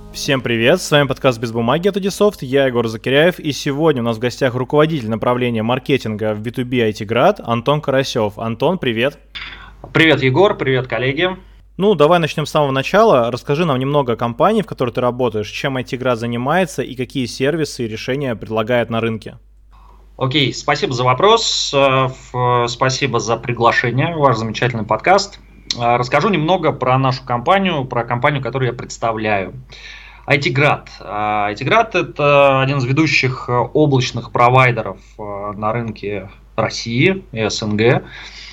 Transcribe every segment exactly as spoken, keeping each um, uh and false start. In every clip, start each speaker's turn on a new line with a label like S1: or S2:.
S1: Всем привет, с вами подкаст «Без бумаги» от Одисофт, я Егор Закиряев, и сегодня у нас в гостях руководитель направления маркетинга в би ту би ай ти-Град Антон Карасев. Антон, привет.
S2: Привет, Егор, привет, коллеги.
S1: Ну, давай начнем с самого начала. Расскажи нам немного о компании, в которой ты работаешь, чем ай ти-Град занимается и какие сервисы и решения предлагает на рынке.
S2: Окей, спасибо за вопрос, спасибо за приглашение, ваш замечательный подкаст. Расскажу немного про нашу компанию, про компанию, которую я представляю. ай ти-Град. ай ти-Град – это один из ведущих облачных провайдеров на рынке России и эс эн гэ.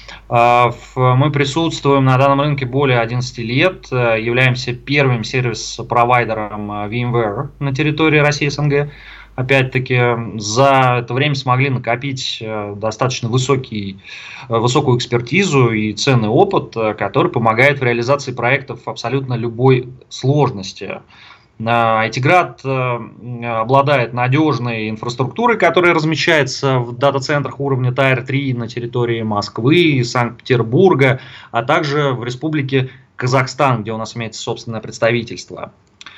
S2: Мы присутствуем на данном рынке более одиннадцати лет, являемся первым сервис-провайдером VMware на территории России и эс эн гэ. Опять-таки, за это время смогли накопить достаточно высокий, высокую экспертизу и ценный опыт, который помогает в реализации проектов абсолютно любой сложности. ай ти-Град обладает надежной инфраструктурой, которая размещается в дата-центрах уровня Тайр три на территории Москвы, Санкт-Петербурга, а также в Республике Казахстан, где у нас имеется собственное представительство.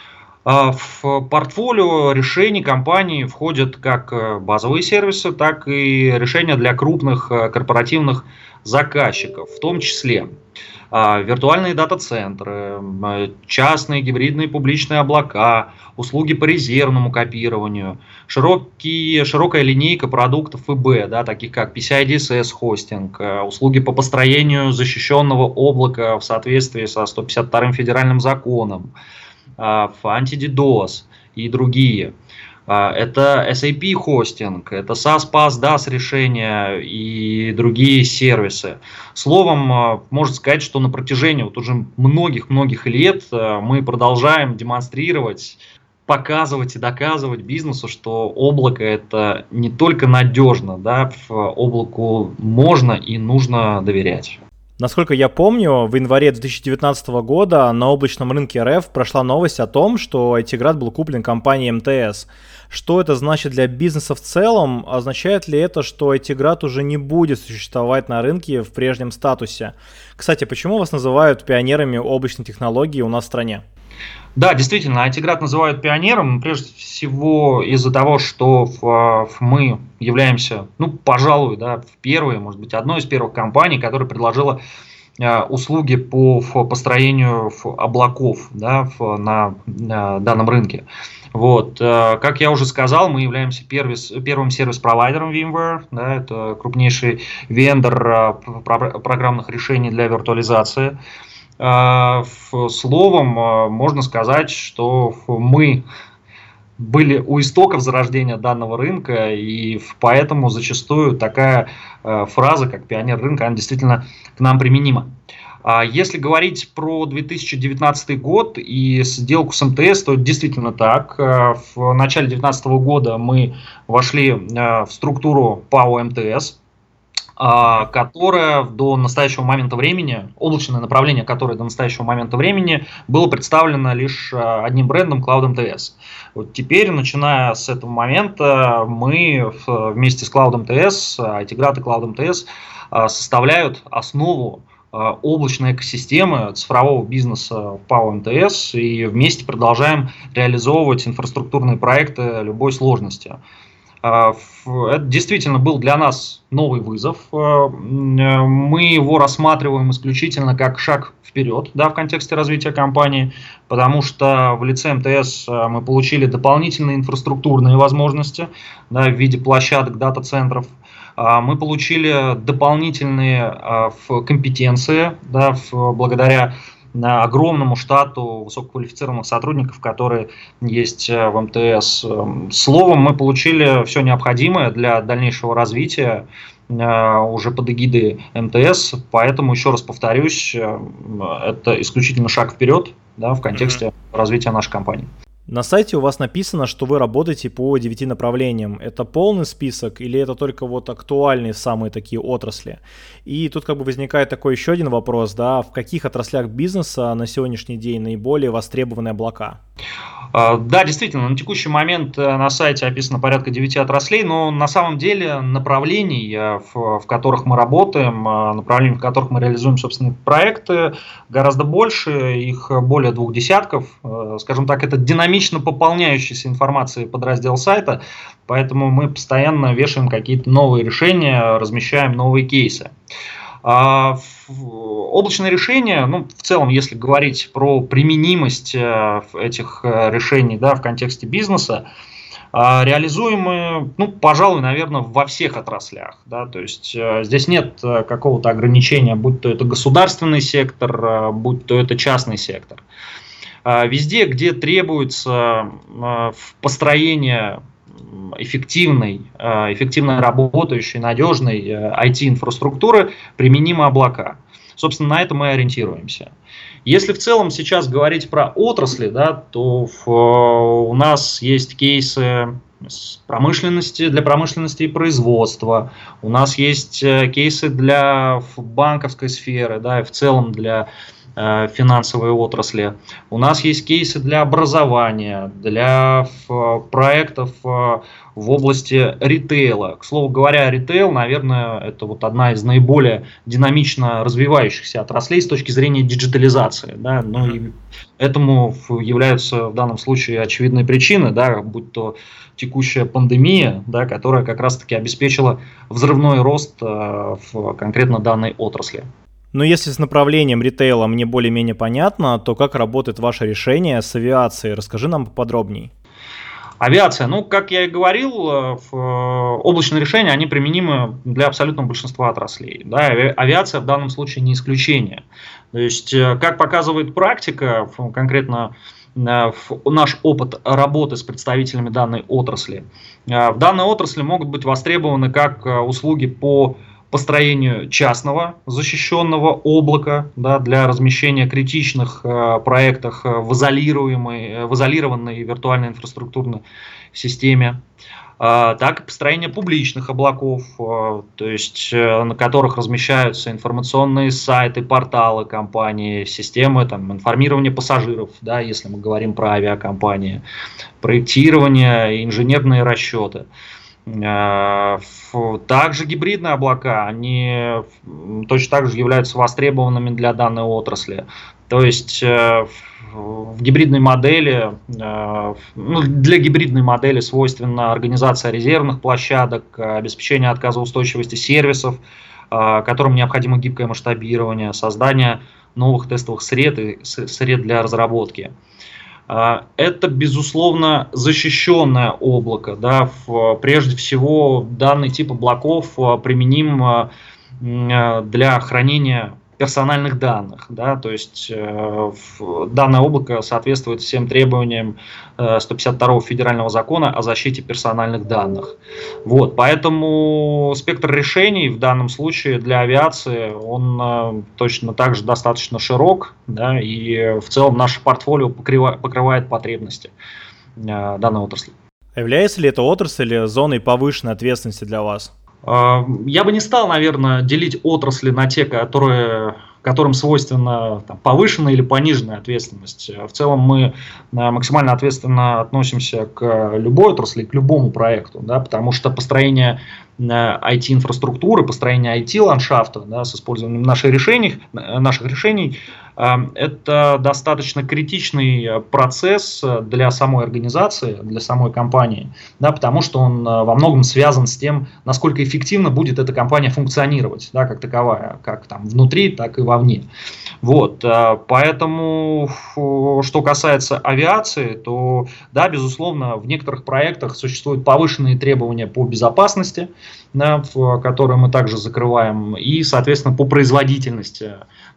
S2: В портфолио решений компании входят как базовые сервисы, так и решения для крупных корпоративных заказчиков, в том числе виртуальные дата-центры, частные гибридные публичные облака, услуги по резервному копированию, широкие, широкая линейка продуктов и би, да, таких как пи си ай ди эс эс хостинг, услуги по построению защищенного облака в соответствии со сто пятьдесят вторым федеральным законом, анти-дидос и другие. Это эс эй пи хостинг, это SaaS, пас, дас решения и другие сервисы. Словом, можно сказать, что на протяжении вот уже многих-многих лет мы продолжаем демонстрировать, показывать и доказывать бизнесу, что облако это не только надежно, да, облаку можно и нужно доверять.
S1: Насколько я помню, в январе две тысячи девятнадцатого года на облачном рынке эр эф прошла новость о том, что ай ти-Град был куплен компанией эм тэ эс. Что это значит для бизнеса в целом? Означает ли это, что ай ти-Град уже не будет существовать на рынке в прежнем статусе? Кстати, почему вас называют пионерами облачной технологии у нас в стране?
S2: Да, действительно, ай ти-Град называют пионером, прежде всего из-за того, что мы являемся, ну, пожалуй, да, в первой, может быть, одной из первых компаний, которая предложила услуги по построению облаков, да, на, на данном рынке. Вот. Как я уже сказал, мы являемся первис, первым сервис-провайдером VMware, да, это крупнейший вендор программных решений для виртуализации. Словом, можно сказать, что мы были у истоков зарождения данного рынка, и поэтому зачастую такая фраза, как пионер рынка, она действительно к нам применима. Если говорить про две тысячи девятнадцатый год и сделку с эм тэ эс, то действительно так. В начале две тысячи девятнадцатого года мы вошли в структуру ПАО эм тэ эс, которое до настоящего момента времени, облачное направление, которое до настоящего момента времени было представлено лишь одним брендом Cloud эм тэ эс. Вот теперь, начиная с этого момента, мы вместе с Cloud эм тэ эс, ай ти-Град и Cloud эм тэ эс составляют основу облачной экосистемы цифрового бизнеса ПАО эм тэ эс и вместе продолжаем реализовывать инфраструктурные проекты любой сложности. Это действительно был для нас новый вызов. Мы его рассматриваем исключительно как шаг вперед, да, в контексте развития компании, потому что в лице эм тэ эс мы получили дополнительные инфраструктурные возможности, да, в виде площадок дата-центров. Мы получили дополнительные компетенции, да, благодаря огромному штату высококвалифицированных сотрудников, которые есть в эм тэ эс. Словом, мы получили все необходимое для дальнейшего развития уже под эгидой эм тэ эс, поэтому, еще раз повторюсь, это исключительно шаг вперед, да, в контексте mm-hmm. развития нашей компании.
S1: На сайте у вас написано, что вы работаете по девяти направлениям. Это полный список или это только вот актуальные самые такие отрасли? И тут как бы возникает такой еще один вопрос, да, в каких отраслях бизнеса на сегодняшний день наиболее востребованы облака?
S2: Да, действительно, на текущий момент на сайте описано порядка девяти отраслей, но на самом деле направлений, в, в которых мы работаем, направлений, в которых мы реализуем собственные проекты, гораздо больше, их более двух десятков. Скажем так, это динамично пополняющаяся информация подраздел сайта, поэтому мы постоянно вешаем какие-то новые решения, размещаем новые кейсы. А облачные решения, ну, в целом, если говорить про применимость этих решений, да, в контексте бизнеса, реализуемы, ну, пожалуй, наверное, во всех отраслях. Да, то есть здесь нет какого-то ограничения, будь то это государственный сектор, будь то это частный сектор. Везде, где требуется построение эффективной, эффективно работающей, надежной ай ти-инфраструктуры, применимы облака. Собственно, на это мы ориентируемся. Если в целом сейчас говорить про отрасли, да, то в, у нас есть кейсы с промышленности, для промышленности и производства, у нас есть кейсы для банковской сферы, да, и в целом для финансовой отрасли. У нас есть кейсы для образования, для проектов в области ритейла. К слову говоря, ритейл, наверное, это вот одна из наиболее динамично развивающихся отраслей с точки зрения диджитализации. Да? Ну, и этому являются в данном случае очевидные причины, да, будь то текущая пандемия, да, которая как раз-таки обеспечила взрывной рост э, в конкретно данной отрасли.
S1: Но если с направлением ритейла мне более-менее понятно, то как работает ваше решение с авиацией? Расскажи нам поподробней.
S2: Авиация, ну, как я и говорил, облачные решения, они применимы для абсолютного большинства отраслей. Да, авиация в данном случае не исключение. То есть, как показывает практика, конкретно наш опыт работы с представителями данной отрасли, в данной отрасли могут быть востребованы как услуги по построению частного защищенного облака, да, для размещения критичных э, проектов в, изолируемой, в изолированной виртуальной инфраструктурной системе, э, так и построение публичных облаков, э, то есть э, на которых размещаются информационные сайты, порталы компании, системы там, информирования пассажиров, да, если мы говорим про авиакомпании, проектирование, инженерные расчеты. Также гибридные облака, они точно так же являются востребованными для данной отрасли. То есть в гибридной модели, ну, для гибридной модели свойственна организация резервных площадок, обеспечение отказоустойчивости сервисов, которым необходимо гибкое масштабирование, создание новых тестовых сред и сред для разработки. Это, безусловно, защищенное облако. Да, прежде всего, данный тип облаков применим для хранения персональных данных. Да, то есть данное облако соответствует всем требованиям сто пятьдесят второго федерального закона о защите персональных данных. Вот, поэтому спектр решений в данном случае для авиации, он точно так же достаточно широк, да, и в целом наше портфолио покрывает, покрывает потребности данной отрасли.
S1: Является ли эта отрасль зоной повышенной ответственности для вас?
S2: Я бы не стал, наверное, делить отрасли на те, которые, которым свойственна там, повышенная или пониженная ответственность. В целом мы максимально ответственно относимся к любой отрасли, к любому проекту, да, потому что построение ай ти-инфраструктуры, построение ай ти-ландшафта, да, с использованием наших решений, наших решений, это достаточно критичный процесс для самой организации, для самой компании, да, потому что он во многом связан с тем, насколько эффективно будет эта компания функционировать, да, как таковая, как там внутри, так и вовне. Вот, поэтому, что касается авиации, то, да, безусловно, в некоторых проектах существуют повышенные требования по безопасности, да, которые мы также закрываем, и, соответственно, по производительности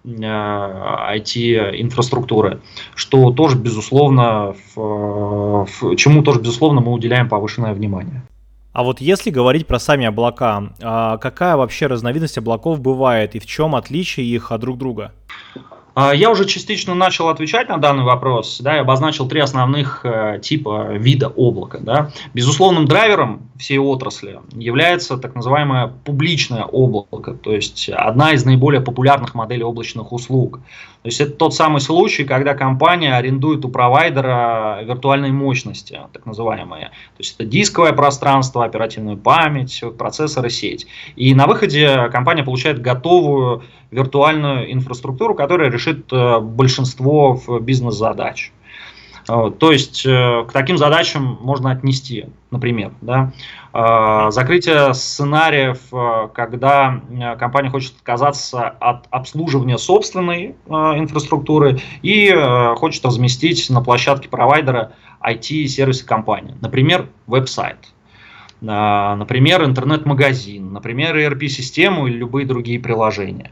S2: ай ти-инфраструктуры, что тоже, безусловно, в, в, чему тоже, безусловно, мы уделяем повышенное внимание.
S1: А вот если говорить про сами облака, какая вообще разновидность облаков бывает и в чем отличие их от друг друга?
S2: А, Я уже частично начал отвечать на данный вопрос, да, и обозначил три основных э, типа вида облака. Да. Безусловным драйвером всей отрасли является так называемое публичное облако, то есть одна из наиболее популярных моделей облачных услуг. То есть это тот самый случай, когда компания арендует у провайдера виртуальные мощности, так называемые. То есть это дисковое пространство, оперативную память, процессоры, сеть. И на выходе компания получает готовую виртуальную инфраструктуру, которая решит э, большинство бизнес-задач. Вот, то есть э, к таким задачам можно отнести, например, да, э, закрытие сценариев, э, когда э, компания хочет отказаться от обслуживания собственной э, инфраструктуры и э, хочет разместить на площадке провайдера ай ти-сервисы компании, например, веб-сайт. э, Например, интернет-магазин, например, и эр пи-систему или любые другие приложения.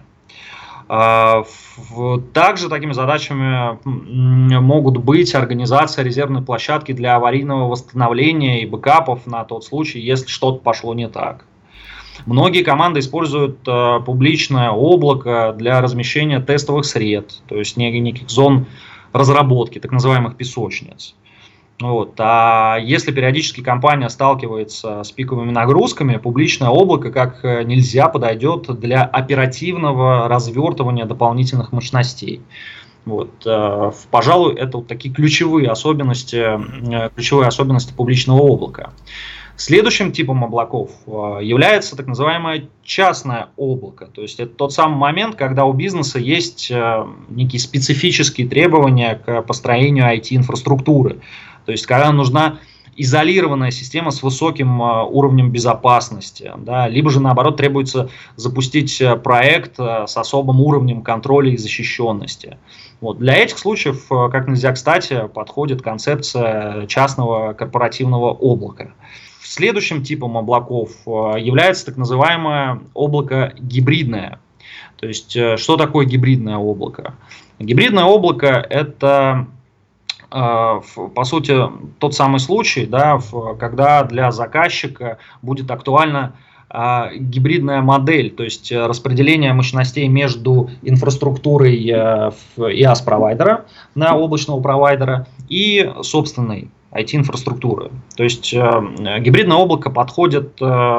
S2: Также такими задачами могут быть организация резервной площадки для аварийного восстановления и бэкапов на тот случай, если что-то пошло не так. Многие команды используют публичное облако для размещения тестовых сред, то есть неких зон разработки, так называемых песочниц. Вот. А если периодически компания сталкивается с пиковыми нагрузками, публичное облако как нельзя подойдет для оперативного развертывания дополнительных мощностей. Вот. Пожалуй, это вот такие ключевые особенности, ключевые особенности публичного облака. Следующим типом облаков является так называемое частное облако. То есть это тот самый момент, когда у бизнеса есть некие специфические требования к построению ай ти-инфраструктуры. То есть когда нужна изолированная система с высоким уровнем безопасности, да, либо же наоборот требуется запустить проект с особым уровнем контроля и защищенности. Вот. Для этих случаев как нельзя кстати подходит концепция частного корпоративного облака. Следующим типом облаков является так называемое облако гибридное. То есть что такое гибридное облако? Гибридное облако – это по сути тот самый случай, да, когда для заказчика будет актуальна гибридная модель, то есть распределение мощностей между инфраструктурой ай aaS-провайдера, на облачного провайдера, и собственной ай ти-инфраструктуры. То есть гибридное облако подходит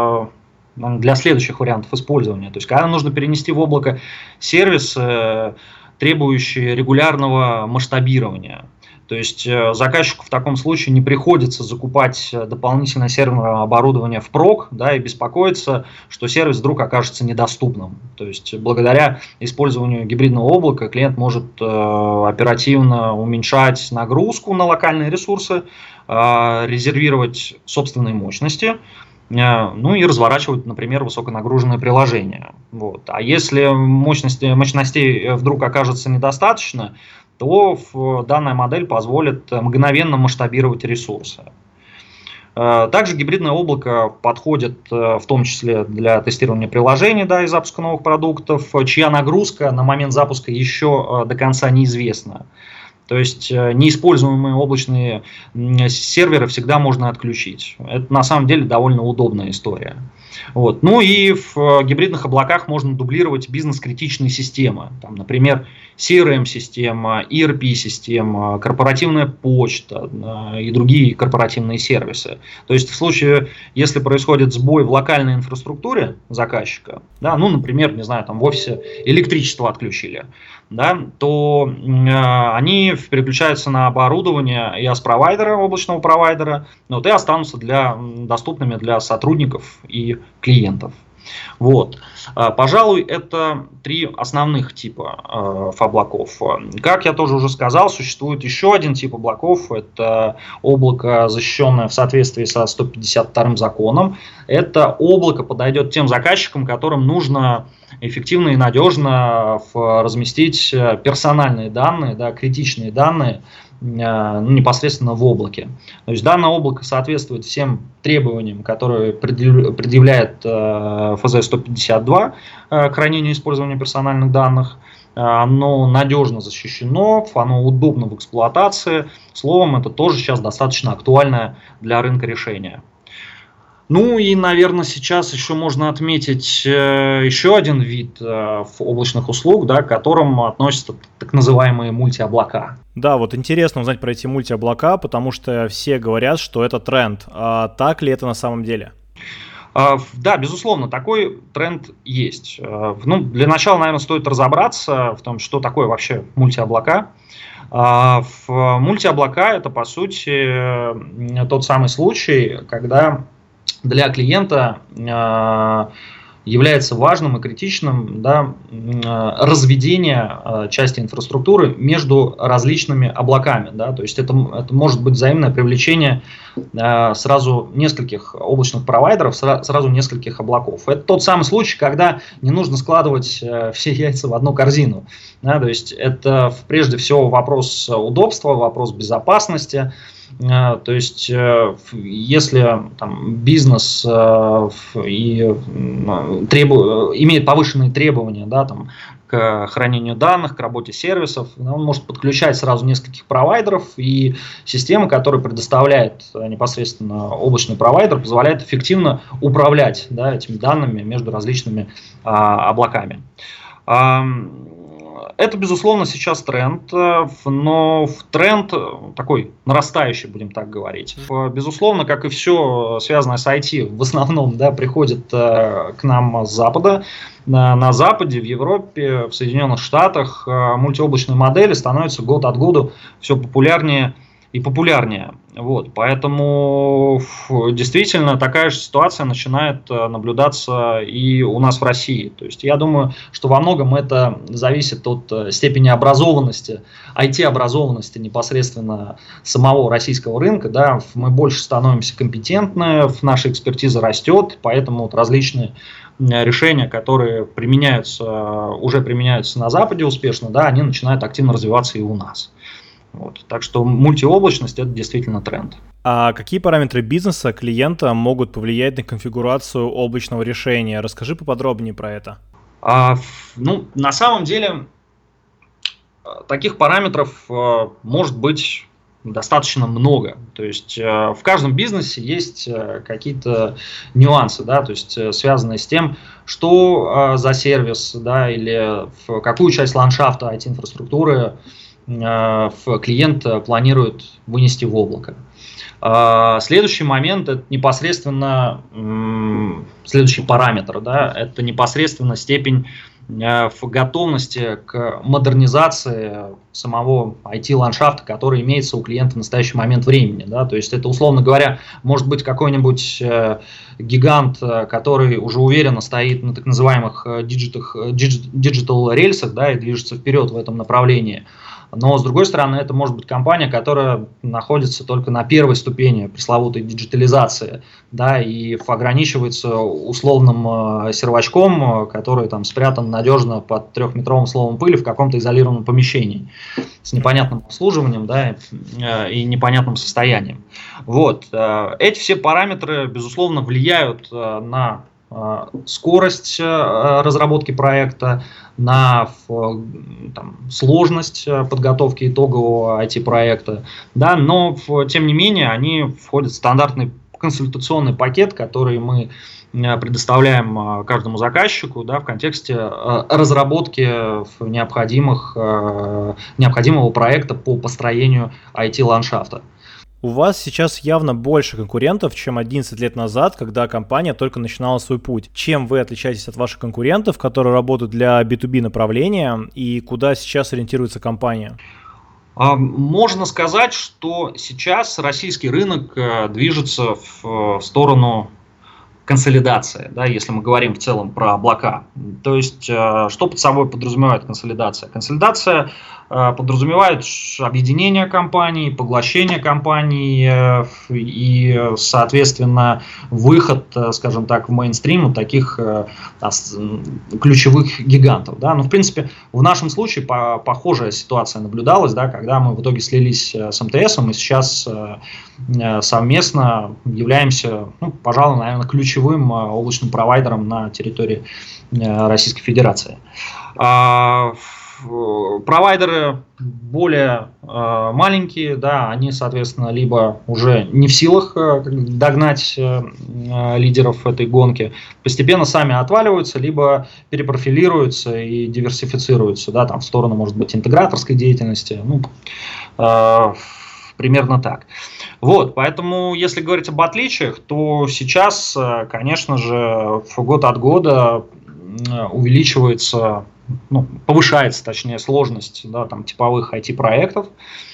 S2: для следующих вариантов использования. То есть когда нужно перенести в облако сервис, требующий регулярного масштабирования. То есть заказчику в таком случае не приходится закупать дополнительное серверное оборудование впрок, да, и беспокоиться, что сервис вдруг окажется недоступным. То есть благодаря использованию гибридного облака клиент может э, оперативно уменьшать нагрузку на локальные ресурсы, э, резервировать собственные мощности, э, ну и разворачивать, например, высоконагруженные приложения. Вот. А если мощности, мощностей вдруг окажется недостаточно, то данная модель позволит мгновенно масштабировать ресурсы. Также гибридное облако подходит в том числе для тестирования приложений, да, и запуска новых продуктов, чья нагрузка на момент запуска еще до конца неизвестна. То есть неиспользуемые облачные серверы всегда можно отключить. Это на самом деле довольно удобная история. Вот. Ну и в гибридных облаках можно дублировать бизнес-критичные системы. Там, например, си эр эм-система, и эр пи-система, корпоративная почта и другие корпоративные сервисы. То есть в случае, если происходит сбой в локальной инфраструктуре заказчика, да, ну, например, не знаю, там в офисе электричество отключили, да, то э, они переключаются на оборудование ай aaS-провайдера, облачного провайдера, вот, и останутся для, доступными для сотрудников и клиентов. Вот. Пожалуй, это три основных типа э, облаков. Как я тоже уже сказал, существует еще один тип облаков. Это облако, защищенное в соответствии со сто пятьдесят вторым законом. Это облако подойдет тем заказчикам, которым нужно эффективно и надежно разместить персональные данные, да, критичные данные, ну, непосредственно в облаке. То есть данное облако соответствует всем требованиям, которые предъявляет эф зэ сто пятьдесят два к хранению и использованию персональных данных. Оно надежно защищено, оно удобно в эксплуатации. Словом, это тоже сейчас достаточно актуальное для рынка решение. Ну и, наверное, сейчас еще можно отметить э, еще один вид э, облачных услуг, да, к которым относятся так называемые мультиоблака.
S1: Да, вот интересно узнать про эти мультиоблака, потому что все говорят, что это тренд. А так ли это на самом деле?
S2: А, Да, безусловно, такой тренд есть. А, Ну, для начала, наверное, стоит разобраться в том, что такое вообще мультиоблака. А, В мультиоблака это, по сути, тот самый случай, когда для клиента э, является важным и критичным, да, э, разведение э, части инфраструктуры между различными облаками. Да, то есть это, это может быть взаимное привлечение э, сразу нескольких облачных провайдеров, сра- сразу нескольких облаков. Это тот самый случай, когда не нужно складывать э, все яйца в одну корзину. Да, то есть это прежде всего вопрос удобства, вопрос безопасности. То есть, если там, бизнес и, требу, имеет повышенные требования, да, там, к хранению данных, к работе сервисов, он может подключать сразу нескольких провайдеров, и система, которая предоставляет непосредственно облачный провайдер, позволяет эффективно управлять, да, этими данными между различными а, облаками. Это, безусловно, сейчас тренд, но тренд такой нарастающий, будем так говорить. Безусловно, как и все связанное с ай ти, в основном, да, приходит к нам с Запада. На Западе, в Европе, в Соединенных Штатах мультиоблачные модели становятся год от года все популярнее и популярнее. Вот, поэтому действительно такая же ситуация начинает наблюдаться и у нас в России. То есть я думаю, что во многом это зависит от степени образованности, ай ти-образованности непосредственно самого российского рынка. Да. Мы больше становимся компетентны, наша экспертиза растет, поэтому вот различные решения, которые применяются, уже применяются на Западе успешно, да, они начинают активно развиваться и у нас. Вот. Так что мультиоблачность – это действительно тренд.
S1: А какие параметры бизнеса клиента могут повлиять на конфигурацию облачного решения? Расскажи поподробнее про это.
S2: А, ну, на самом деле, таких параметров а, может быть достаточно много. То есть а, в каждом бизнесе есть а, какие-то нюансы, да, то есть а, связанные с тем, что а, за сервис, да, или в какую часть ландшафта ай ти-инфраструктуры клиент планирует вынести в облако. Следующий момент – это непосредственно следующий параметр, да, это непосредственно степень готовности к модернизации самого ай ти-ландшафта, который имеется у клиента в настоящий момент времени. Да, то есть это, условно говоря, может быть какой-нибудь гигант, который уже уверенно стоит на так называемых диджитал рельсах, да, и движется вперед в этом направлении. Но, с другой стороны, это может быть компания, которая находится только на первой ступени пресловутой диджитализации, да, и ограничивается условным э, сервачком, который там спрятан надежно под трехметровым слоем пыли в каком-то изолированном помещении с непонятным обслуживанием, да, э, и непонятным состоянием. Вот. Э, эти все параметры, безусловно, влияют э, на скорость разработки проекта, на там, сложность подготовки итогового ай ти-проекта, да, но тем не менее они входят в стандартный консультационный пакет, который мы предоставляем каждому заказчику, да, в контексте разработки необходимых, необходимого проекта по построению ай ти-ландшафта.
S1: У вас сейчас явно больше конкурентов, чем одиннадцать лет назад, когда компания только начинала свой путь. Чем вы отличаетесь от ваших конкурентов, которые работают для би ту би направления, и куда сейчас ориентируется компания?
S2: Можно сказать, что сейчас российский рынок движется в сторону консолидации, да, если мы говорим в целом про облака. То есть, что под собой подразумевает консолидация? Консолидация подразумевает объединение компаний, поглощение компаний и, соответственно, выход, скажем так, в мейнстрим таких ключевых гигантов. Да. Но, в принципе, в нашем случае похожая ситуация наблюдалась, да, когда мы в итоге слились с эм тэ эс, и сейчас совместно являемся, ну, пожалуй, наверное, ключевым облачным провайдером на территории Российской Федерации. Провайдеры более э, маленькие, да, они, соответственно, либо уже не в силах э, догнать э, лидеров этой гонки, постепенно сами отваливаются, либо перепрофилируются и диверсифицируются, да, там в сторону, может быть, интеграторской деятельности, ну, э, примерно так. Вот, поэтому, если говорить об отличиях, то сейчас, конечно же, год от года увеличивается, ну, повышается, точнее, сложность, да, там, типовых ай ти-проектов,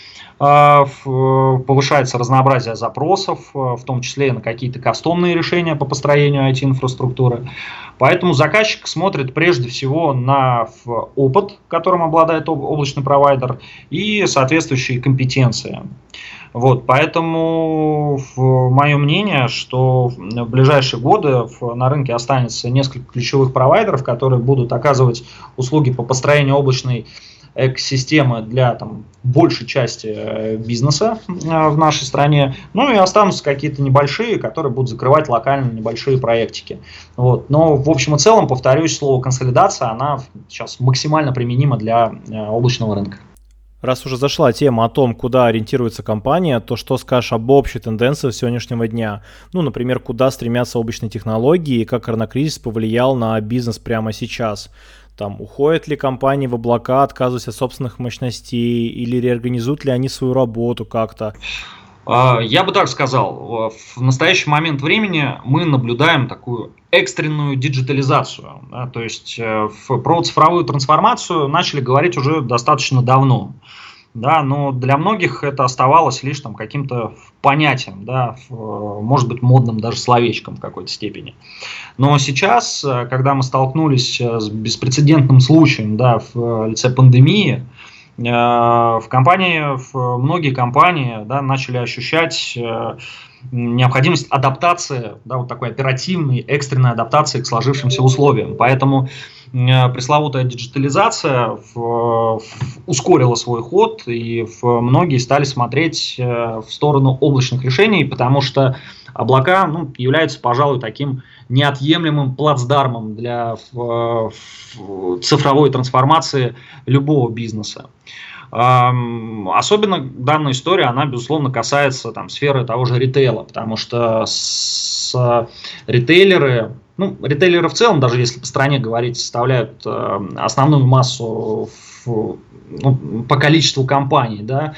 S2: повышается разнообразие запросов, в том числе и на какие-то кастомные решения по построению ай ти-инфраструктуры. Поэтому заказчик смотрит прежде всего на опыт, которым обладает облачный провайдер, и соответствующие компетенции. Вот, поэтому мое мнение, что в ближайшие годы на рынке останется несколько ключевых провайдеров, которые будут оказывать услуги по построению облачной экосистемы для там, большей части бизнеса в нашей стране. Ну и останутся какие-то небольшие, которые будут закрывать локально небольшие проектики. Вот. Но в общем и целом, повторюсь, слово консолидация, она сейчас максимально применима для облачного рынка.
S1: Раз уже зашла тема о том, куда ориентируется компания, то что скажешь об общей тенденции сегодняшнего дня? Ну, например, куда стремятся облачные технологии и как коронакризис повлиял на бизнес прямо сейчас? Там, уходят ли компании в облака, отказываясь от собственных мощностей, или реорганизуют ли они свою работу как-то?
S2: Я бы так сказал, в настоящий момент времени мы наблюдаем такую экстренную диджитализацию. Да, то есть про цифровую трансформацию начали говорить уже достаточно давно. Да, но для многих это оставалось лишь там, каким-то понятием, да, может быть модным даже словечком в какой-то степени. Но сейчас, когда мы столкнулись с беспрецедентным случаем, да, в лице пандемии, в компании, в многие компании, да, начали ощущать необходимость адаптации, да, вот такой оперативной, экстренной адаптации к сложившимся условиям. Поэтому пресловутая диджитализация в, в, ускорила свой ход, и в, многие стали смотреть в сторону облачных решений, потому что облака, ну, являются, пожалуй, таким неотъемлемым плацдармом для в, в цифровой трансформации любого бизнеса. Особенно данная история, она, безусловно, касается там, сферы того же ритейла, потому что с ритейлеры, ну, ритейлеры в целом, даже если по стране говорить, составляют основную массу в, ну, по количеству компаний, да,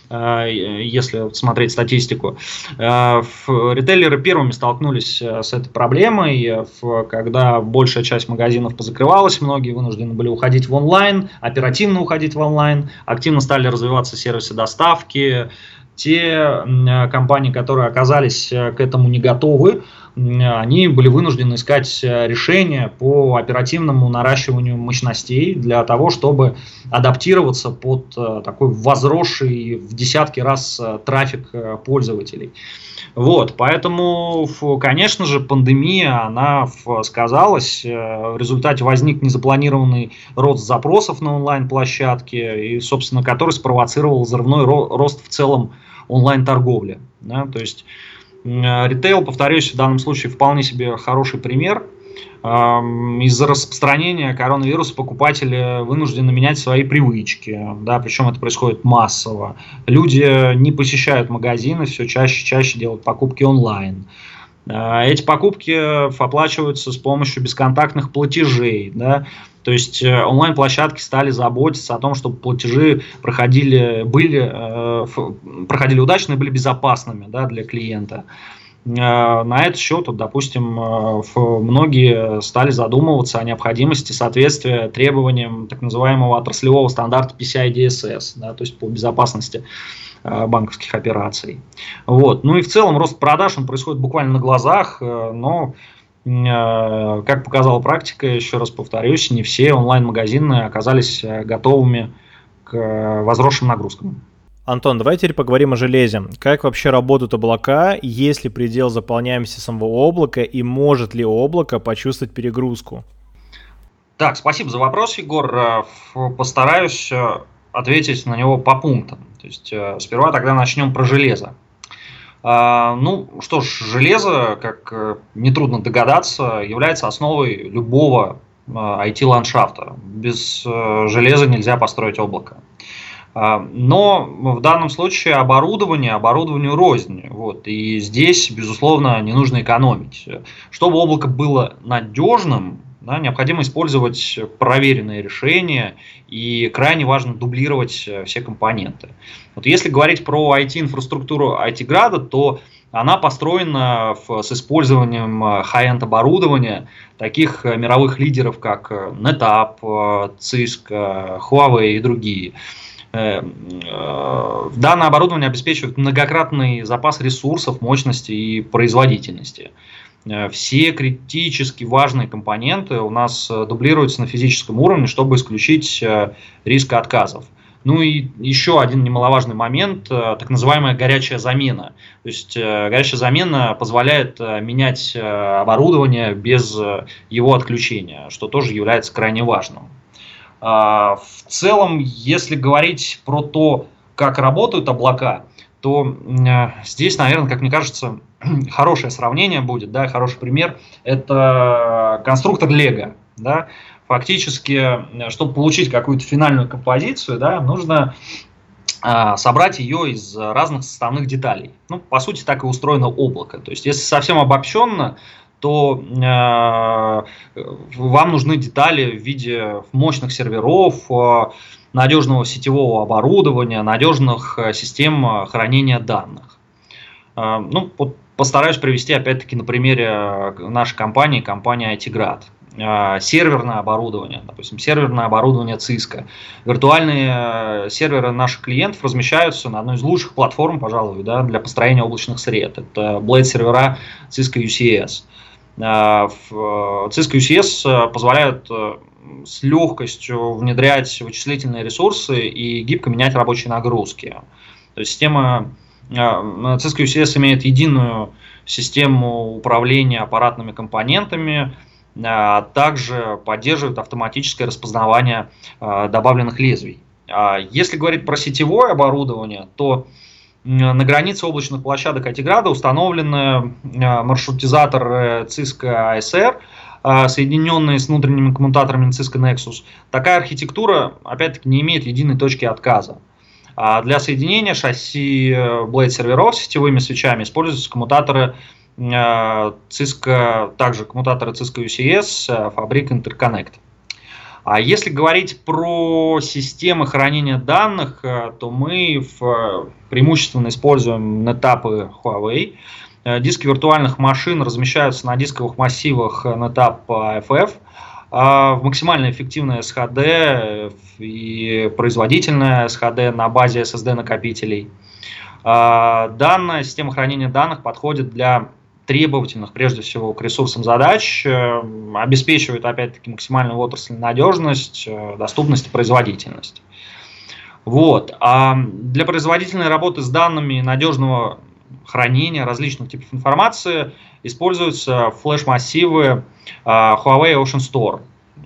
S2: если смотреть статистику. Ритейлеры первыми столкнулись с этой проблемой, когда большая часть магазинов позакрывалась, многие вынуждены были уходить в онлайн, оперативно уходить в онлайн, активно стали развиваться сервисы доставки. Те компании, которые оказались к этому не готовы, они были вынуждены искать решения по оперативному наращиванию мощностей для того, чтобы адаптироваться под такой возросший в десятки раз трафик пользователей. Вот, поэтому, конечно же, пандемия, она сказалась, в результате возник незапланированный рост запросов на онлайн-площадке, и, собственно, который спровоцировал взрывной рост в целом онлайн-торговли. Да, то есть ритейл, повторюсь, в данном случае вполне себе хороший пример. Из-за распространения коронавируса покупатели вынуждены менять свои привычки, да, причем это происходит массово. Люди не посещают магазины, все чаще и чаще делают покупки онлайн. Эти покупки оплачиваются с помощью бесконтактных платежей, да. То есть онлайн-площадки стали заботиться о том, чтобы платежи проходили, были, э, проходили удачно и были безопасными, да, для клиента. Э, на этот счет, вот, допустим, э, многие стали задумываться о необходимости соответствия требованиям так называемого отраслевого стандарта пи си ай ди эс эс, да, то есть по безопасности э, банковских операций. Вот. Ну и в целом рост продаж он происходит буквально на глазах, э, но как показала практика, еще раз повторюсь, не все онлайн-магазины оказались готовыми к возросшим нагрузкам.
S1: Антон, давай теперь поговорим о железе. Как вообще работают облака, есть ли предел заполняемости самого облака и может ли облако почувствовать перегрузку?
S2: Так, спасибо за вопрос, Егор. Постараюсь ответить на него по пунктам. То есть сперва тогда начнем про железо. Ну что ж, железо, как нетрудно догадаться, является основой любого ай ти-ландшафта. Без железа нельзя построить облако. Но в данном случае оборудование, оборудованию рознь. Вот. И здесь, безусловно, не нужно экономить. Чтобы облако было надежным, да, необходимо использовать проверенные решения, и крайне важно дублировать все компоненты. Вот если говорить про ай ти-инфраструктуру Айтиграда, то она построена в, с использованием high-end оборудования таких мировых лидеров, как NetApp, Cisco, Huawei и другие. Данное оборудование обеспечивает многократный запас ресурсов, мощности и производительности. Все критически важные компоненты у нас дублируются на физическом уровне, чтобы исключить риск отказов. Ну и еще один немаловажный момент, так называемая горячая замена. То есть горячая замена позволяет менять оборудование без его отключения, что тоже является крайне важным. В целом, если говорить про то, как работают облака, то здесь, наверное, как мне кажется, хорошее сравнение будет, да, хороший пример. Это конструктор Лего. Да. Фактически, чтобы получить какую-то финальную композицию, да, нужно а, собрать ее из разных составных деталей. Ну, по сути, так и устроено облако. То есть, если совсем обобщенно, то э, вам нужны детали в виде мощных серверов, э, надежного сетевого оборудования, надежных э, систем хранения данных. Э, ну, вот постараюсь привести опять-таки на примере нашей компании, компании Айтиград. Э, серверное оборудование, допустим, серверное оборудование Cisco. Виртуальные серверы наших клиентов размещаются на одной из лучших платформ, пожалуй, да, для построения облачных сред. Это Blade-сервера Cisco ю си эс. Cisco ю си эс позволяют с легкостью внедрять вычислительные ресурсы и гибко менять рабочие нагрузки. То есть система Cisco ю си эс имеет единую систему управления аппаратными компонентами, а также поддерживает автоматическое распознавание добавленных лезвий. Если говорить про сетевое оборудование, то на границе облачных площадок Айтиграда установлены маршрутизаторы Cisco эй эс ар, соединенные с внутренними коммутаторами Cisco Nexus. Такая архитектура, опять-таки, не имеет единой точки отказа. А для соединения шасси Blade серверов с сетевыми свечами используются коммутаторы Cisco, также коммутаторы Cisco ю си эс, Fabric Interconnect. А если говорить про системы хранения данных, то мы в, преимущественно используем NetApp и Huawei. Диски виртуальных машин размещаются на дисковых массивах NetApp эф эф. В максимально эффективное эс эйч ди и производительное эс эйч ди на базе эс эс ди-накопителей. Данная система хранения данных подходит для требовательных, прежде всего, к ресурсам задач, обеспечивает, опять-таки, максимальную отрасль надежность, доступность и производительность. Вот. А для производительной работы с данными и надежного хранения различных типов информации используются флеш-массивы Huawei Ocean Store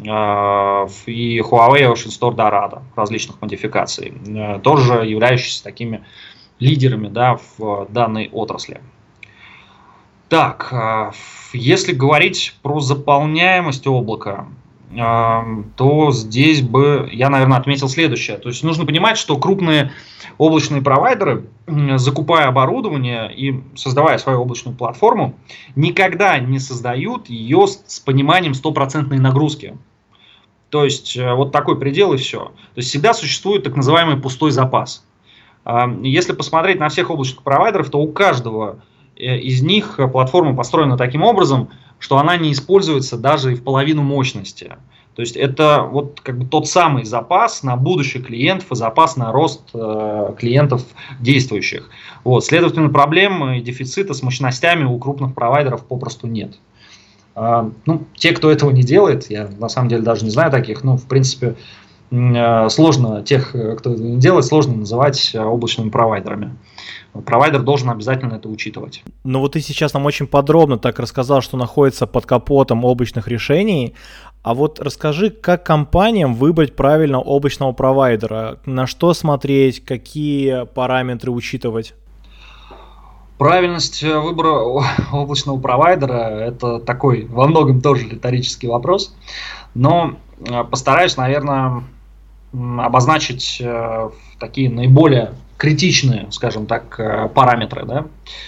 S2: и Huawei Ocean Store Dorado различных модификаций, тоже являющиеся такими лидерами, да, в данной отрасли. Так, если говорить про заполняемость облака, то здесь бы я, наверное, отметил следующее. То есть нужно понимать, что крупные облачные провайдеры, закупая оборудование и создавая свою облачную платформу, никогда не создают ее с пониманием стопроцентной нагрузки. То есть вот такой предел и все. То есть всегда существует так называемый пустой запас. Если посмотреть на всех облачных провайдеров, то у каждого из них платформа построена таким образом, что она не используется даже и в половину мощности. То есть это вот как бы тот самый запас на будущих клиентов и запас на рост э, клиентов действующих. Вот. Следовательно, проблем и дефицита с мощностями у крупных провайдеров попросту нет. А, ну, те, кто этого не делает, я на самом деле даже не знаю таких, но в принципе э, сложно тех, кто это не делает, сложно называть облачными провайдерами. Провайдер должен обязательно это учитывать.
S1: Ну вот ты сейчас нам очень подробно так рассказал, что находится под капотом облачных решений. А вот расскажи, как компаниям выбрать правильно облачного провайдера? На что смотреть, какие параметры учитывать?
S2: Правильность выбора облачного провайдера – это такой во многом тоже риторический вопрос, но постараюсь, наверное, обозначить такие наиболее критичные, скажем так, параметры, да,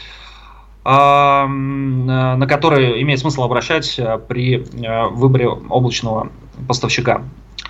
S2: на которые имеет смысл обращать при выборе облачного поставщика.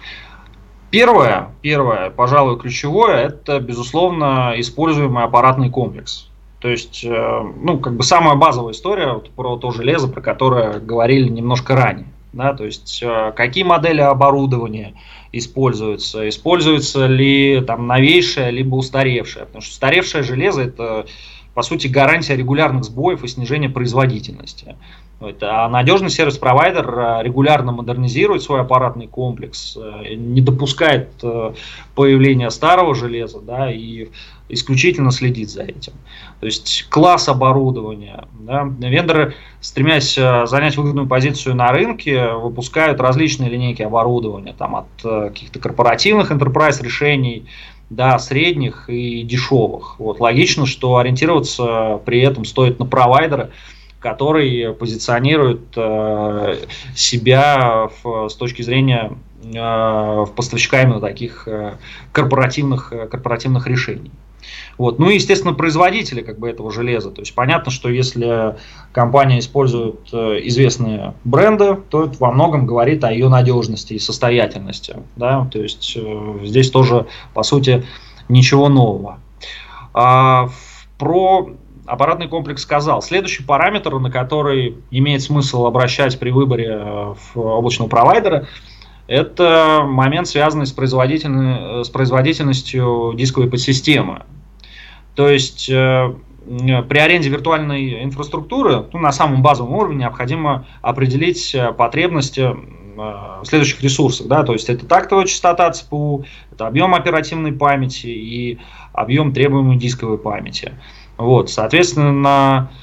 S2: Первое, первое, пожалуй, ключевое – это, безусловно, используемый аппаратный комплекс. То есть, ну, как бы самая базовая история вот, про то железо, про которое говорили немножко ранее. Да, то есть, какие модели оборудования используются, используется ли там новейшее, либо устаревшее. Потому что устаревшее железо – это, по сути, гарантия регулярных сбоев и снижения производительности. А надежный сервис-провайдер регулярно модернизирует свой аппаратный комплекс, не допускает появления старого железа, да, и исключительно следит за этим. То есть класс оборудования. Да. Вендоры, стремясь занять выгодную позицию на рынке, выпускают различные линейки оборудования, там, от каких-то корпоративных enterprise решений до средних и дешевых. Вот. Логично, что ориентироваться при этом стоит на провайдера, который позиционирует э, себя в, с точки зрения э, в поставщика именно таких э, корпоративных, э, корпоративных решений. Вот. Ну и, естественно, производители как бы этого железа. То есть понятно, что если компания использует э, известные бренды, то это во многом говорит о ее надежности и состоятельности. Да? То есть э, здесь тоже, по сути, ничего нового. А, про аппаратный комплекс сказал. Следующий параметр, на который имеет смысл обращать при выборе облачного провайдера, это момент, связанный с, производительной, с производительностью дисковой подсистемы. То есть э, при аренде виртуальной инфраструктуры, ну, на самом базовом уровне необходимо определить потребности э, в следующих ресурсах. Да? То есть это тактовая частота ЦПУ, это объем оперативной памяти и объем требуемой дисковой памяти. Вот, соответственно,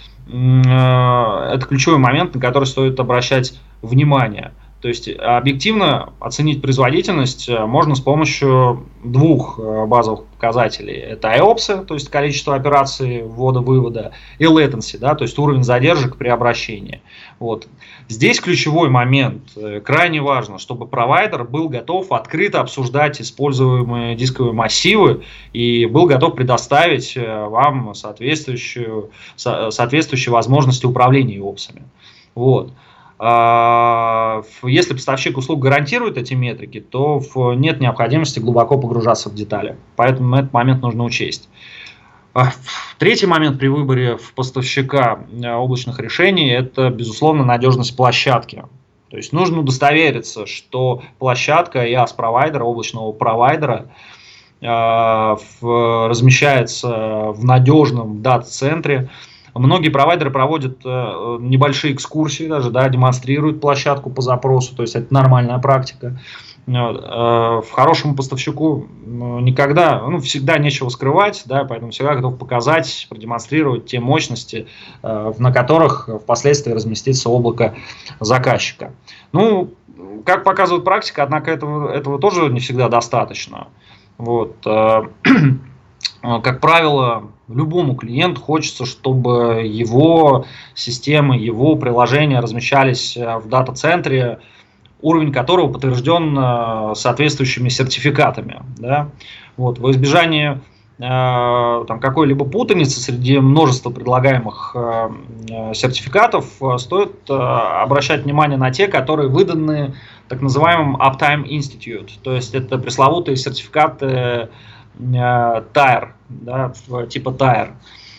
S2: это ключевой момент, на который стоит обращать внимание. То есть объективно оценить производительность можно с помощью двух базовых показателей. Это ай о пи эс, то есть количество операций ввода-вывода, и latency, да, то есть уровень задержек при обращении. Вот. Здесь ключевой момент. Крайне важно, чтобы провайдер был готов открыто обсуждать используемые дисковые массивы и был готов предоставить вам соответствующую, соответствующие возможности управления ай о пи эсами. Вот. Если поставщик услуг гарантирует эти метрики, то нет необходимости глубоко погружаться в детали. Поэтому этот момент нужно учесть. Третий момент при выборе поставщика облачных решений – это, безусловно, надежность площадки. То есть нужно удостовериться, что площадка ай эй эс-провайдера, облачного провайдера, размещается в надежном дата-центре. Многие провайдеры проводят э, небольшие экскурсии, даже, да, демонстрируют площадку по запросу, то есть это нормальная практика. Э, э, хорошему поставщику никогда, ну, всегда нечего скрывать, да, поэтому всегда готов показать, продемонстрировать те мощности, э, на которых впоследствии разместится облако заказчика. Ну, как показывает практика, однако этого, этого тоже не всегда достаточно. Вот. Э, Как правило, любому клиенту хочется, чтобы его системы, его приложения размещались в дата-центре, уровень которого подтвержден соответствующими сертификатами. Да? Вот, во избежание э, там, какой-либо путаницы среди множества предлагаемых э, сертификатов стоит э, обращать внимание на те, которые выданы так называемым Uptime Institute. То есть это пресловутые сертификаты тайр, да, типа тайр.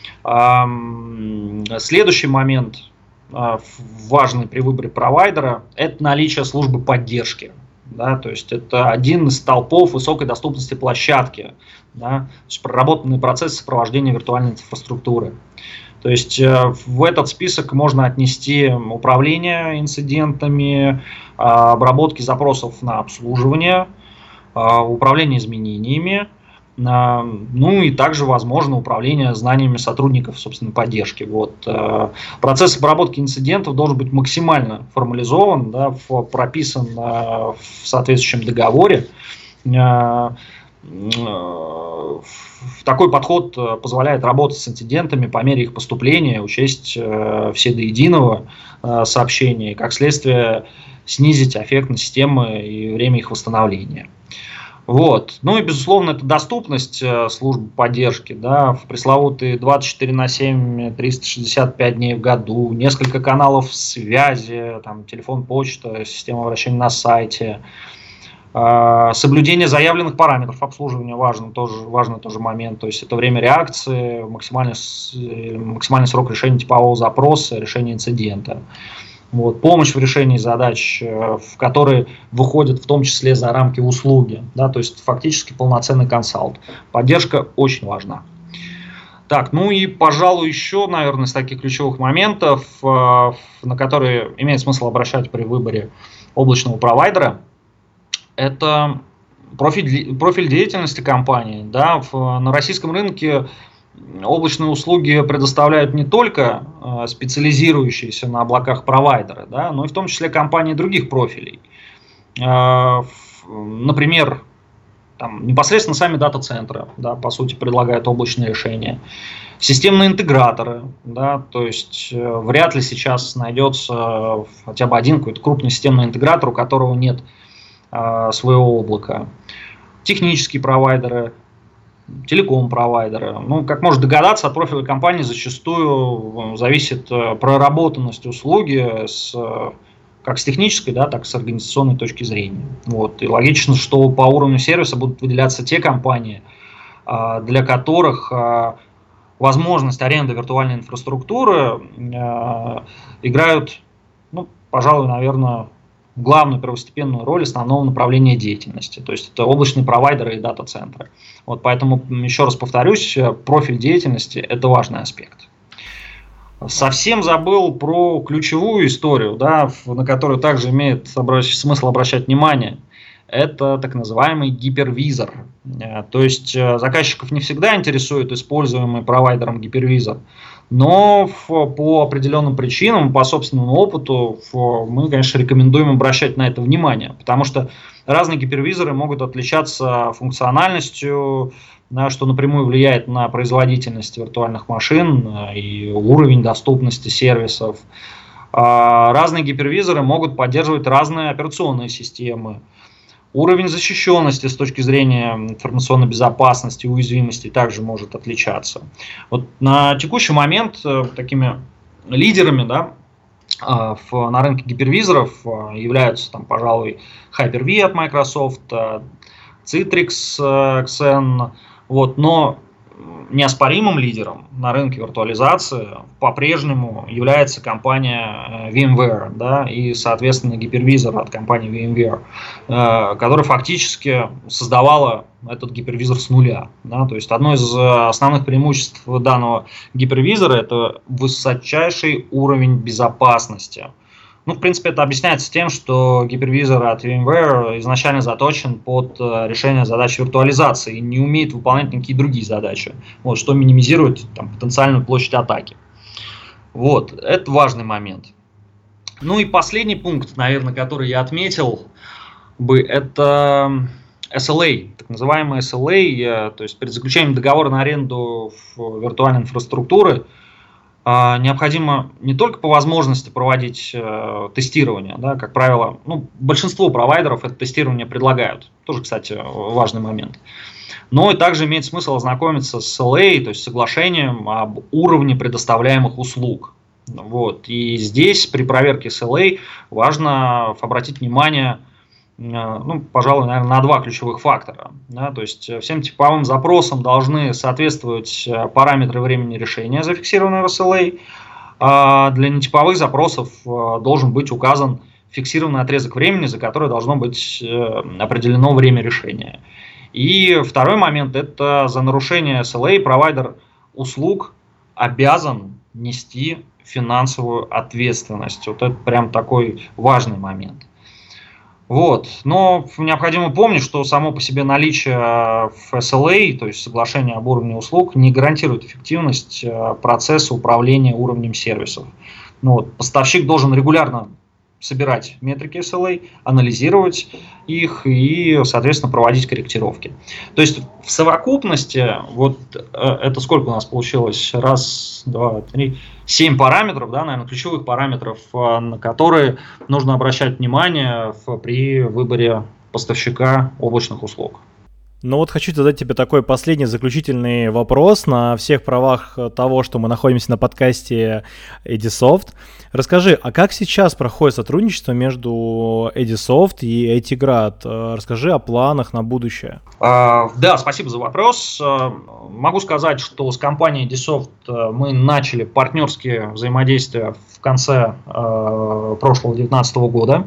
S2: Следующий момент, важный при выборе провайдера, это наличие службы поддержки. Да, то есть это один из столпов высокой доступности площадки, да, то есть проработанный процесс сопровождения виртуальной инфраструктуры. То есть в этот список можно отнести управление инцидентами, обработки запросов на обслуживание, управление изменениями, ну и также возможно управление знаниями сотрудников собственной поддержки. Вот. Процесс обработки инцидентов должен быть максимально формализован, да, прописан в соответствующем договоре. такой подход позволяет работать с инцидентами по мере их поступления, учесть все до единого сообщения, и, как следствие, снизить эффективность системы и время их восстановления. Вот. Ну и, безусловно, это доступность служб поддержки, да, в пресловутые двадцать четыре на семь, триста шестьдесят пять дней в году, несколько каналов связи, там, телефон, почта, система обращения на сайте. Соблюдение заявленных параметров обслуживания важен тоже, важный тоже момент. То есть это время реакции, максимальный, максимальный срок решения типового запроса, решения инцидента. Вот, помощь в решении задач, в которые выходят в том числе за рамки услуги. Да, то есть фактически полноценный консалт. Поддержка очень важна. Так, ну и, пожалуй, еще, наверное, из таких ключевых моментов, на которые имеет смысл обращать при выборе облачного провайдера, это профиль, профиль деятельности компании. Да, в, на российском рынке облачные услуги предоставляют не только э, специализирующиеся на облаках провайдеры, да, но и в том числе компании других профилей. Э, например, там, непосредственно сами дата-центры, да, по сути, предлагают облачные решения. Системные интеграторы, да, то есть э, вряд ли сейчас найдется хотя бы один какой-то крупный системный интегратор, у которого нет своего облака, технические провайдеры, телеком-провайдеры. Ну, как можно догадаться, от профиля компании зачастую зависит проработанность услуги с, как с технической, да, так и с организационной точки зрения. Вот. И логично, что по уровню сервиса будут выделяться те компании, для которых возможность аренды виртуальной инфраструктуры играют, ну, пожалуй, наверное, главную первостепенную роль основного направления деятельности. То есть это облачные провайдеры и дата-центры. Вот поэтому, еще раз повторюсь, профиль деятельности – это важный аспект. Совсем забыл про ключевую историю, да, на которую также имеет обращ... смысл обращать внимание. Это так называемый гипервизор. То есть заказчиков не всегда интересует используемый провайдером гипервизор, но по определенным причинам, по собственному опыту, мы, конечно, рекомендуем обращать на это внимание, потому что разные гипервизоры могут отличаться функциональностью, что напрямую влияет на производительность виртуальных машин и уровень доступности сервисов. Разные гипервизоры могут поддерживать разные операционные системы. Уровень защищенности с точки зрения информационной безопасности и уязвимости также может отличаться. Вот на текущий момент такими лидерами, да, в, на рынке гипервизоров являются, там, пожалуй, Hyper-V от Microsoft, Citrix, X N, вот, но неоспоримым лидером на рынке виртуализации по-прежнему является компания VMware, да, и, соответственно, гипервизор от компании VMware, которая фактически создавала этот гипервизор с нуля. Да, то есть одно из основных преимуществ данного гипервизора – это высочайший уровень безопасности. Ну, в принципе, это объясняется тем, что гипервизор от VMware изначально заточен под решение задач виртуализации и не умеет выполнять никакие другие задачи, вот, что минимизирует там потенциальную площадь атаки. Вот, это важный момент. Ну и последний пункт, наверное, который я отметил бы, это эс эл эй, так называемый эс эл эй, то есть перед заключением договора на аренду виртуальной инфраструктуры необходимо не только по возможности проводить э, тестирование, да, как правило, ну, большинство провайдеров это тестирование предлагают, тоже, кстати, важный момент, но и также имеет смысл ознакомиться с эс эл эй, то есть соглашением об уровне предоставляемых услуг. Вот. И здесь при проверке эс эл эй важно обратить внимание, ну, пожалуй, наверное, на два ключевых фактора. Да, то есть всем типовым запросам должны соответствовать параметры времени решения, зафиксированные в эс эл эй. А для нетиповых запросов должен быть указан фиксированный отрезок времени, за который должно быть определено время решения. И второй момент – это за нарушение эс эл эй провайдер услуг обязан нести финансовую ответственность. Вот это прям такой важный момент. Вот. Но необходимо помнить, что само по себе наличие в эс эл эй, то есть соглашение об уровне услуг, не гарантирует эффективность процесса управления уровнем сервисов. Ну, вот. Поставщик должен регулярно собирать метрики эс эл эй, анализировать их и, соответственно, проводить корректировки. То есть в совокупности, вот это сколько у нас получилось? Раз, два, три, семь параметров, да, наверное, ключевых параметров, на которые нужно обращать внимание при выборе поставщика облачных услуг.
S1: Ну вот хочу задать тебе такой последний заключительный вопрос на всех правах того, что мы находимся на подкасте Edisoft. Расскажи, а как сейчас проходит сотрудничество между Edisoft и Этиград? Расскажи о планах на будущее.
S2: Uh, да, спасибо за вопрос. Uh, могу сказать, что с компанией Edisoft uh, мы начали партнерские взаимодействия в конце uh, прошлого две тысячи девятнадцатого года.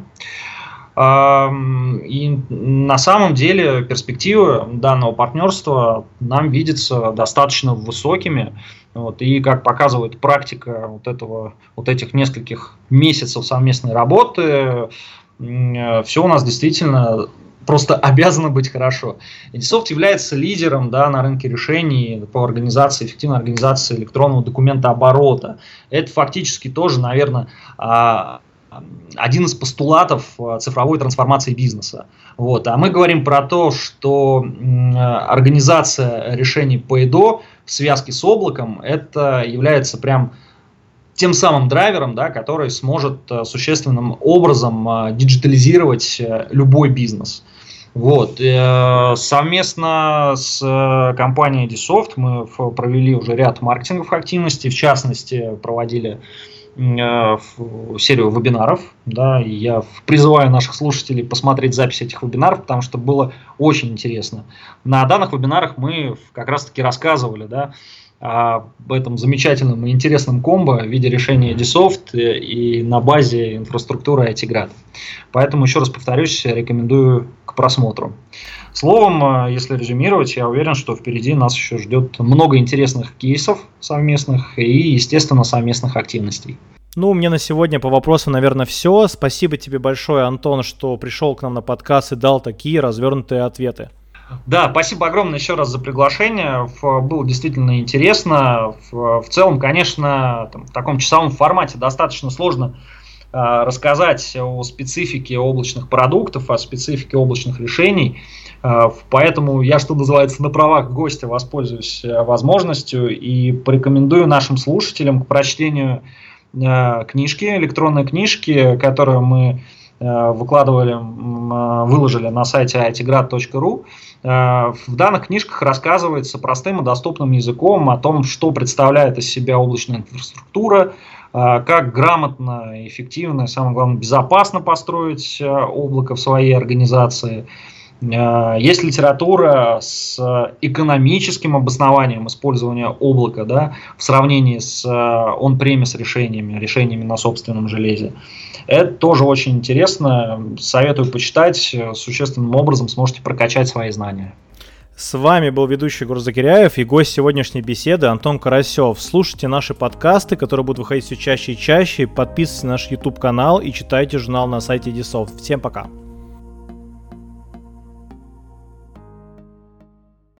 S2: И на самом деле перспективы данного партнерства нам видятся достаточно высокими. Вот, и как показывает практика вот, этого, вот этих нескольких месяцев совместной работы, все у нас действительно просто обязано быть хорошо. Edisoft является лидером, да, на рынке решений по организации, эффективной организации электронного документооборота. Это фактически тоже, наверное, один из постулатов цифровой трансформации бизнеса. Вот. А мы говорим про то, что организация решений по и ди о в связке с облаком это является прям тем самым драйвером, да, который сможет существенным образом диджитализировать любой бизнес. Вот. Совместно с компанией Edisoft мы провели уже ряд маркетинговых активностей, в частности, проводили серию вебинаров, да, и я призываю наших слушателей посмотреть запись этих вебинаров, потому что было очень интересно. На данных вебинарах мы как раз-таки рассказывали, да, об этом замечательном и интересном комбо в виде решения Edisoft и на базе инфраструктуры Этиград. Поэтому, еще раз повторюсь, рекомендую к просмотру. Словом, если резюмировать, я уверен, что впереди нас еще ждет много интересных кейсов совместных и, естественно, совместных активностей.
S1: Ну, у меня на сегодня по вопросам, наверное, все. Спасибо тебе большое, Антон, что пришел к нам на подкаст и дал такие развернутые ответы.
S2: Да, спасибо огромное еще раз за приглашение. Было действительно интересно. В целом, конечно, там, в таком часовом формате достаточно сложно рассказать о специфике облачных продуктов, о специфике облачных решений. Поэтому я, что называется, на правах гостя воспользуюсь возможностью и порекомендую нашим слушателям к прочтению книжки, электронной книжки, которую мы выкладывали, выложили на сайте ай ти град точка ру. В данных книжках рассказывается простым и доступным языком о том, что представляет из себя облачная инфраструктура, как грамотно, эффективно, самое главное, безопасно построить облако в своей организации. Есть литература с экономическим обоснованием использования облака, да, в сравнении с он-премис решениями, решениями на собственном железе. Это тоже очень интересно. Советую почитать. Существенным образом сможете прокачать свои знания.
S1: С вами был ведущий Егор Закиряев и гость сегодняшней беседы Антон Карасев. Слушайте наши подкасты, которые будут выходить все чаще и чаще. Подписывайтесь на наш YouTube-канал и читайте журнал на сайте Edisoft. Всем пока!